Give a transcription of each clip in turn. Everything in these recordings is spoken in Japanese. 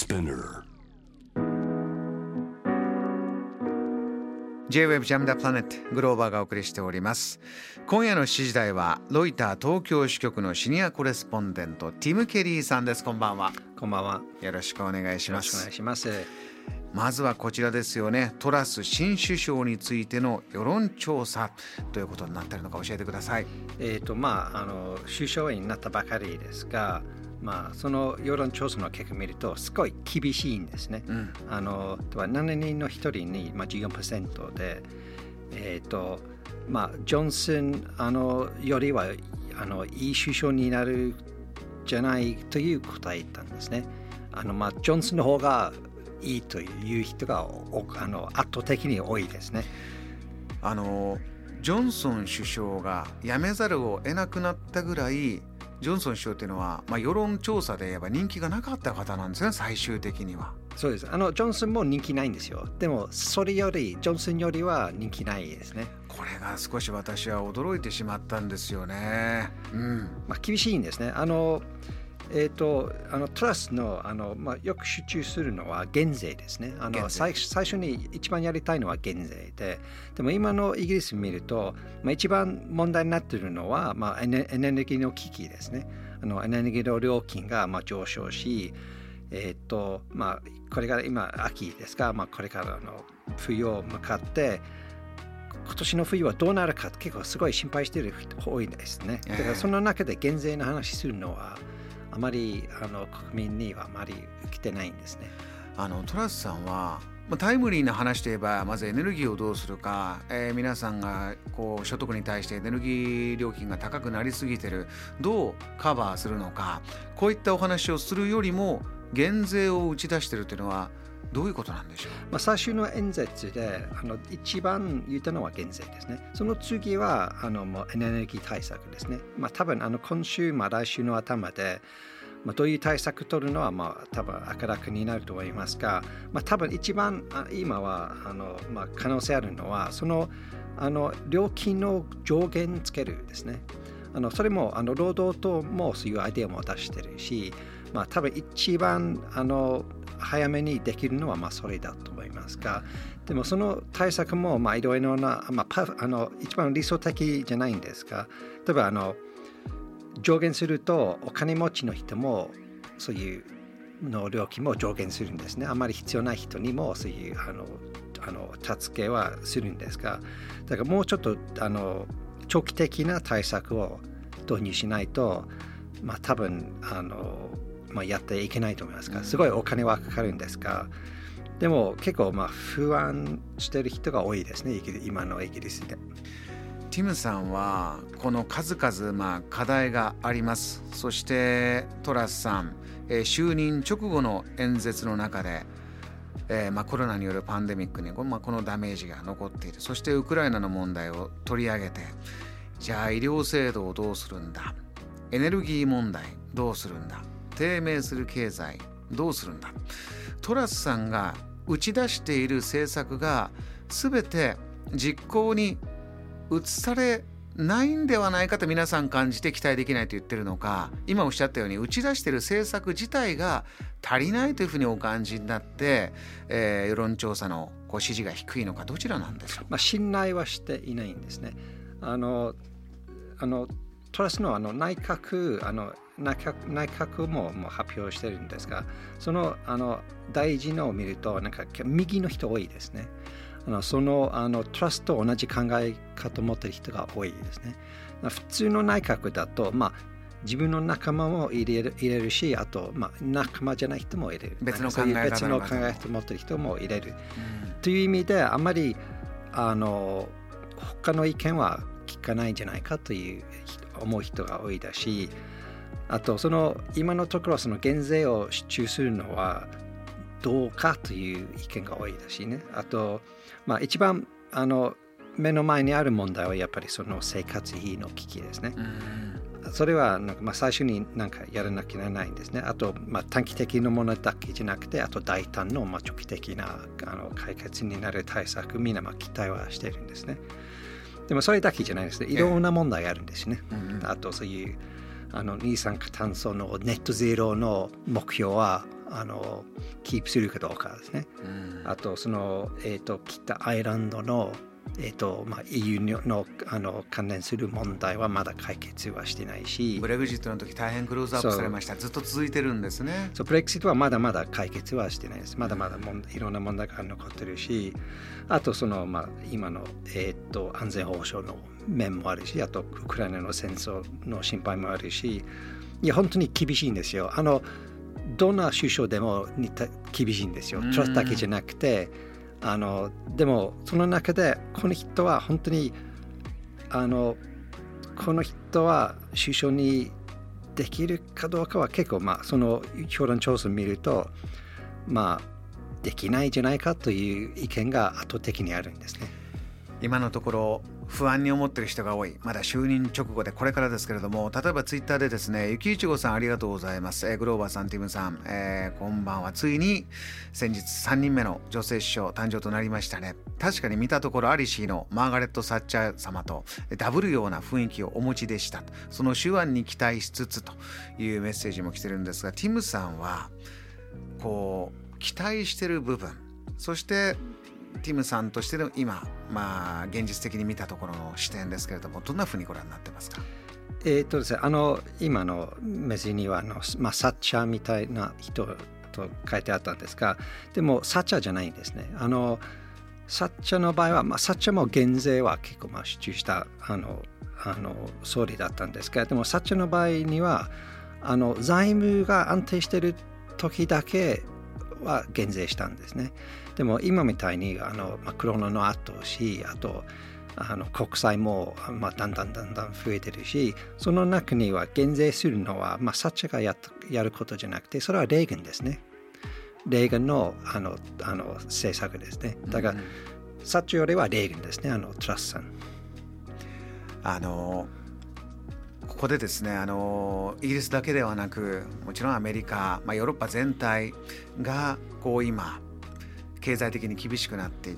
Spinner J-Web ジャムダプラネットグローバーがお送りしております。今夜の7時台はロイター東京支局のシニアコレスポンデントティム・ケリーさんです。こんばんは。 こんばんは。 よろしくお願いします。 よろしくお願いします。 まずはこちらですよね。トラス新首相についての世論調査ということになっているのか教えてください。 首相になったばかりですが、その世論調査の結果を見るとすごい厳しいんですね。7人の1人に、14% で、ジョンソンよりはいい首相になるじゃないという答えたんですね。ジョンソンの方がいいという人が圧倒的に多いですね。 ジョンソン首相が辞めざるを得なくなったぐらいジョンソン首相というのは、世論調査で言えば人気がなかった方なんですね、最終的には。 そうです。ジョンソンも人気ないんですよ。でもそれよりジョンソンよりは人気ないですね。 これが少し私は驚いてしまったんですよね。 厳しいんですね。トラスの、よく集中するのは減税ですね。最初に一番やりたいのは減税でも今のイギリスを見ると、一番問題になっているのは、エネルギーの危機ですね。エネルギーの料金が上昇し、これから今秋ですが、これからの冬を向かって今年の冬はどうなるか結構すごい心配している人多いですね。だからその中で減税の話するのはあまり国民にはあまり受けてないんですね。 トラスさんはタイムリーな話といえばまずエネルギーをどうするか、皆さんが所得に対してエネルギー料金が高くなりすぎてる、どうカバーするのか、こういったお話をするよりも減税を打ち出しているというのはどういうことなんでしょう。 最初の演説で一番言ったのは減税ですね。その次はもうエネルギー対策ですね。多分今週、来週の頭でどういう対策取るのは多分明らかになると思いますが、多分一番今は可能性あるのはその料金の上限つけるですね。それも労働党もそういうアイデアも出してるし、多分一番早めにできるのはそれだと思いますが、でもその対策もいろいろな、一番理想的じゃないんですが、例えば上限するとお金持ちの人もそういうの料金も上限するんですね。あまり必要ない人にもそういう助けはするんですが、だからもうちょっと長期的な対策を導入しないと、多分やっていけないと思いますが、すごいお金はかかるんですが、でも結構不安している人が多いですね、今のイギリスで。 ティムさんはこの数々課題があります。そしてトラスさん、就任直後の演説の中で、コロナによるパンデミックにこのダメージが残っている。そしてウクライナの問題を取り上げて、じゃあ医療制度をどうするんだ、エネルギー問題どうするんだ、低迷する経済どうするんだ。トラスさんが打ち出している政策が全て実行に移されないんではないかと皆さん感じて期待できないと言ってるのか、今おっしゃったように打ち出している政策自体が足りないというふうにお感じになって、世論調査の支持が低いのか、どちらなんでしょう。 信頼はしていないんですね。トラスの内閣も発表してるんですが、その大事のを見ると右の人多いですね。トラスと同じ考え方を持っている人が多いですね。普通の内閣だと、自分の仲間も入れるし、あと、仲間じゃない人も入れる。 別の考え方を持っている人も入れる。という意味であまり他の意見は聞かないんじゃないかという思う人が多いだし、あと今のところ減税を主張するのはどうかという意見が多いだしね。あと一番目の前にある問題はやっぱりその生活費の危機ですね。それは最初にやらなきゃならないんですね。あと短期的なものだけじゃなくて、あと大胆の長期的な解決になる対策、みんな期待はしているんですね。でもそれだけじゃないですね。いろんな問題があるんですね。あとそういう二酸化炭素のネットゼロの目標はキープするかどうかですね。あとその、北アイランドのEU の関連する問題はまだ解決はしてないし、 ブレグジットの時大変クローズアップされました。ずっと続いてるんですね。 そう、ブレグジットはまだまだ解決はしてないです。まだまだいろんな問題が残ってるし、あとその、今の、安全保障の面もあるし、あとウクライナの戦争の心配もあるし、いや本当に厳しいんですよ。どんな首相でも厳しいんですよ。トラスだけじゃなくて、でもその中でこの人は本当にこの人は首相にできるかどうかは結構その評論調査を見るとできないんじゃないかという意見が圧倒的にあるんですね。 今のところ不安に思っている人が多い。まだ就任直後でこれからですけれども、例えばツイッターでですね、ゆきいちごさんありがとうございます。グローバーさん、ティムさん、こんばんは。ついに先日3人目の女性首相誕生となりましたね。確かに見たところアリシーのマーガレット・サッチャー様とダブるような雰囲気をお持ちでした。その手腕に期待しつつというメッセージも来てるんですが、ティムさんはこう期待してる部分、そしてティムさんとしての今、現実的に見たところの視点ですけれども、どんなふうにご覧になってますか？ ですね、今のメッセージにはサッチャーみたいな人と書いてあったんですが、でもサッチャーじゃないんですね。サッチャーの場合は、サッチャーも減税は結構主張した総理だったんですが、でもサッチャーの場合には財務が安定している時だけは減税したんですね。でも今みたいにコロナの後し、あと国債もだんだん増えてるし、その中には減税するのはサッチャーがやることじゃなくて、それはレーガンですね。レーガンの政策ですね。だから、サッチャーよりはレーガンですね。トラスさん。 ここでですね、イギリスだけではなく、もちろんアメリカ、ヨーロッパ全体が今経済的に厳しくなっていって、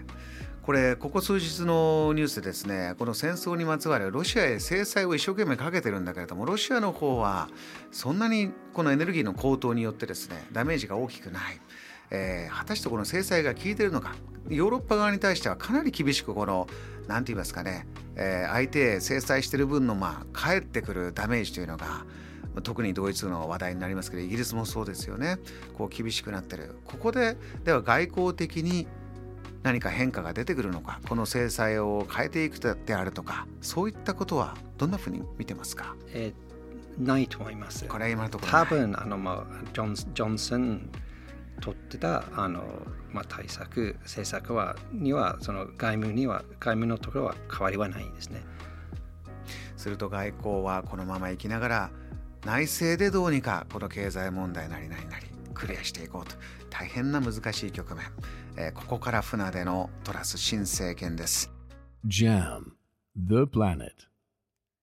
ここ数日のニュースでですね、この戦争にまつわるロシアへ制裁を一生懸命かけてるんだけれども、ロシアの方はそんなにこのエネルギーの高騰によってですねダメージが大きくない。果たしてこの制裁が効いているのか。ヨーロッパ側に対してはかなり厳しくなんて言いますかね、相手へ制裁している分の返ってくるダメージというのが、特にドイツの話題になりますけど、イギリスもそうですよね。厳しくなってる。ここでは外交的に何か変化が出てくるのか、この制裁を変えていくであるとか、そういったことはどんなふうに見てますか？ ないと思います。 これは今のところ多分ジョンソン取ってた政策にはその外務のところは変わりはないですね。 すると外交はこのままいきながら内政でどうにかこの経済問題なりクリアしていこうと、大変な難しい局面、ここから船出のトラス新政権です。 JAM The Planet